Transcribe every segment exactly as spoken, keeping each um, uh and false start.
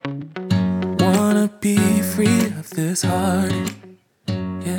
Wanna be free of this heart, yeah.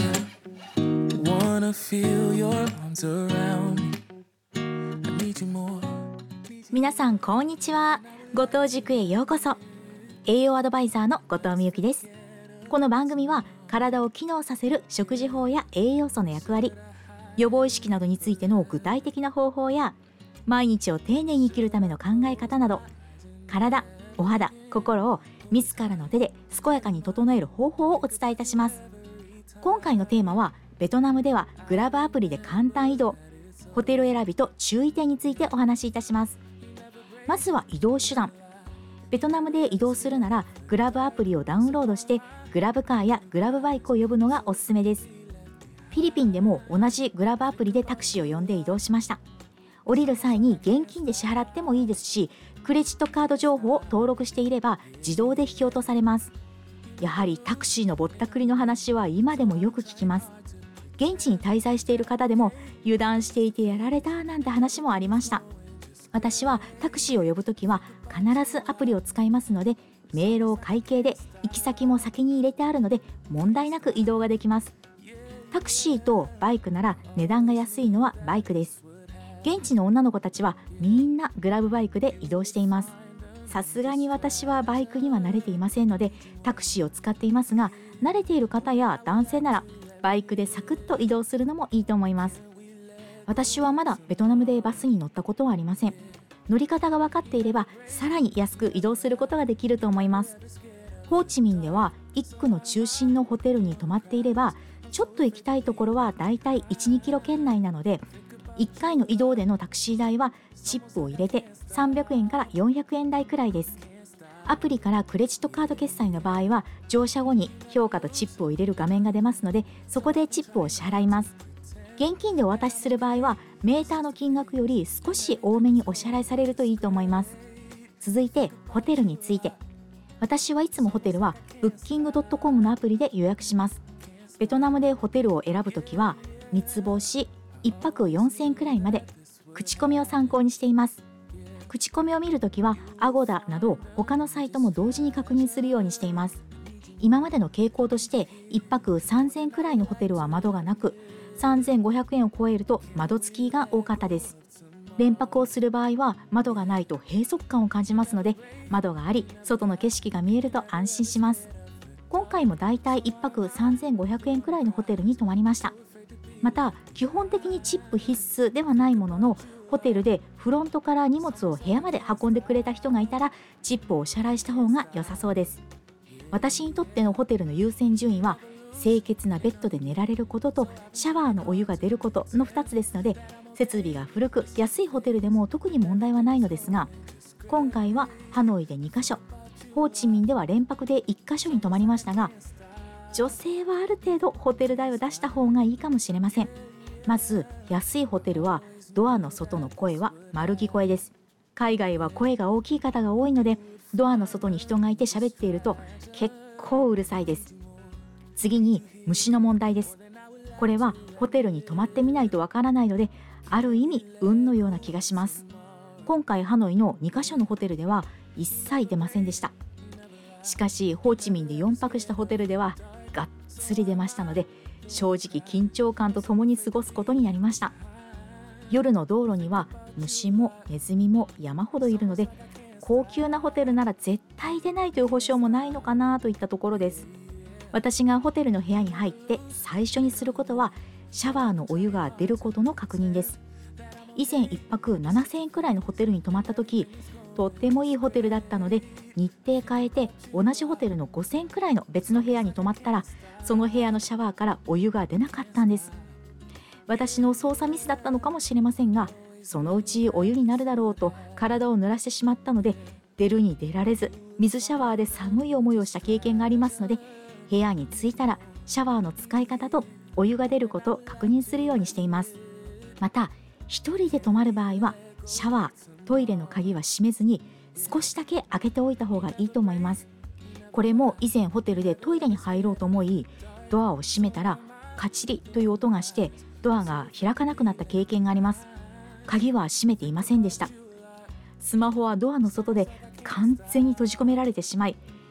Wanna feel your arms around me. I need you more. 皆さんこんにちは。後藤塾へようこそ。栄養アドバイザーの後藤美由紀です。この番組は体を機能させる食事法や栄養素の役割、予防意識などについての具体的な方法や、毎日を丁寧に生きるための考え方など、体、お肌、心を自らの手で健やかに整える方法をお伝えいたします。今回のテーマは、ベトナムではグラブアプリで簡単移動、ホテル選びと注意点についてお話しいたします。まずは移動手段。ベトナムで移動するならグラブアプリをダウンロードしてグラブカーやグラブバイクを呼ぶのがおすすめです。フィリピンでも同じグラブアプリでタクシーを呼んで移動しました。降りる際に現金で支払ってもいいですし、クレジットカード情報を登録していれば自動で引き落とされます。やはりタクシーのぼったくりの話は今でもよく聞きます。現地に滞在している方でも油断していてやられたなんて話もありました。私はタクシーを呼ぶときは必ずアプリを使いますので、明朗会計で行き先も先に入れてあるので問題なく移動ができます。タクシーとバイクなら値段が安いのはバイクです。現地の女の子たちはみんなグラブバイクで移動しています。さすがに私はバイクには慣れていませんのでタクシーを使っていますが、慣れている方や男性ならバイクでサクッと移動するのもいいと思います。私はまだベトナムでバスに乗ったことはありません。乗り方が分かっていればさらに安く移動することができると思います。ホーチミンではいっくの中心のホテルに泊まっていれば、ちょっと行きたいところはだいたいいち、にキロ圏内なので、いっかいの移動でのタクシー代はチップを入れてさんびゃくえんからよんひゃくえん台くらいです。アプリからクレジットカード決済の場合は乗車後に評価とチップを入れる画面が出ますので、そこでチップを支払います。現金でお渡しする場合はメーターの金額より少し多めにお支払いされるといいと思います。続いてホテルについて。私はいつもホテルはブッキングドットコムのアプリで予約します。ベトナムでホテルを選ぶときはみつ星いっぱくよんせんえんくらいまで、口コミを参考にしています。口コミを見るときはアゴダなど他のサイトも同時に確認するようにしています。今までの傾向としていっぱくさんぜんえんくらいのホテルは窓がなく、さんぜんごひゃくえんを超えると窓付きが多かったです。連泊をする場合は窓がないと閉塞感を感じますので、窓があり外の景色が見えると安心します。今回もだいたいいっぱくさんぜんごひゃくえんくらいのホテルに泊まりました。また基本的にチップ必須ではないものの、ホテルでフロントから荷物を部屋まで運んでくれた人がいたらチップをお支払いした方が良さそうです。私にとってのホテルの優先順位は清潔なベッドで寝られることとシャワーのお湯が出ることのふたつですので、設備が古く安いホテルでも特に問題はないのですが、今回はハノイでにかしょ、ホーチミンでは連泊でいっかしょに泊まりましたが、女性はある程度ホテル代を出した方がいいかもしれません。まず安いホテルはドアの外の声は丸聞こえです。海外は声が大きい方が多いので、ドアの外に人がいて喋っていると結構うるさいです。次に虫の問題です。これはホテルに泊まってみないとわからないので、ある意味運のような気がします。今回ハノイのにかしょのホテルでは一切出ませんでした。しかしホーチミンでよんぱくしたホテルではがっつり出ましたので、正直緊張感とともに過ごすことになりました。夜の道路には虫もネズミも山ほどいるので、高級なホテルなら絶対出ないという保証もないのかなといったところです。私がホテルの部屋に入って最初にすることはシャワーのお湯が出ることの確認です。以前いっぱくななせんえんくらいのホテルに泊まった時、とってもいいホテルだったので日程変えて同じホテルのごせんえんくらいの別の部屋に泊まったら、その部屋のシャワーからお湯が出なかったんです。私の操作ミスだったのかもしれませんが、そのうちお湯になるだろうと体を濡らしてしまったので、出るに出られず水シャワーで寒い思いをした経験がありますので、部屋に着いたらシャワーの使い方とお湯が出ることを確認するようにしています。また一人で泊まる場合はシャワー、トイレの鍵は閉めずに少しだけ開けておいた方がいいと思います。これも以前ホテルでトイレに入ろうと思い、ドアを閉めたらカチリという音がしてドアが開かなくなった経験があります。鍵は閉めていませんでした。スマホはドアの外で完全に閉じ込められてしまい、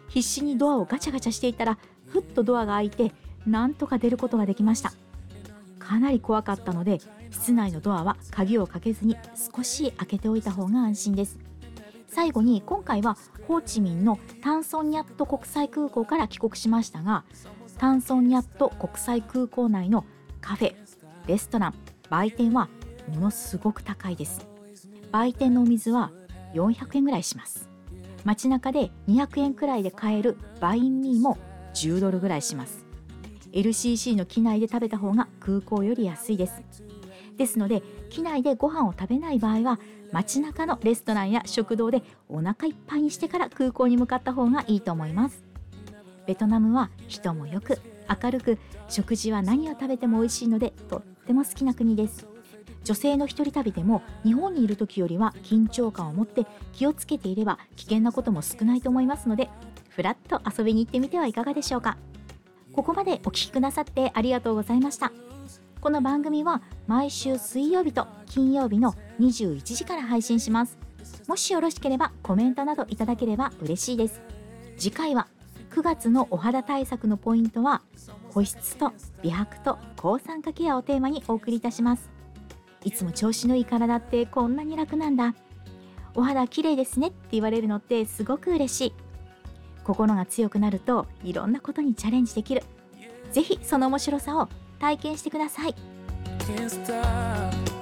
必死にドアをガチャガチャしていたら、ふっとドアが開いて、なんとか出ることができました。かなり怖かったので、室内のドアは鍵をかけずに少し開けておいた方が安心です。最後に、今回はホーチミンのタンソンニャット国際空港から帰国しましたが、タンソンニャット国際空港内のカフェ、レストラン、売店はものすごく高いです。売店のお水はよんひゃくえんぐらいします。街中でにひゃくえんくらいで買えるバインミーもじゅうドルぐらいします。エルシーシー の機内で食べた方が空港より安いです。ですので、機内でご飯を食べない場合は、街中のレストランや食堂でお腹いっぱいにしてから空港に向かった方がいいと思います。ベトナムは人もよく明るく、食事は何を食べても美味しいので、とっても好きな国です。女性の一人旅でも日本にいる時よりは緊張感を持って気をつけていれば危険なことも少ないと思いますので、ふらっと遊びに行ってみてはいかがでしょうか。ここまでお聞きくださってありがとうございました。この番組は毎週水曜日と金曜日のにじゅういちじから配信します。もしよろしければコメントなどいただければ嬉しいです。次回はくがつのお肌対策のポイントは、保湿と美白と抗酸化ケアをテーマにお送りいたします。いつも調子のいい体ってこんなに楽なんだ、お肌綺麗ですねって言われるのってすごく嬉しい。心が強くなるといろんなことにチャレンジできる。ぜひその面白さを体験してください。 Can't stop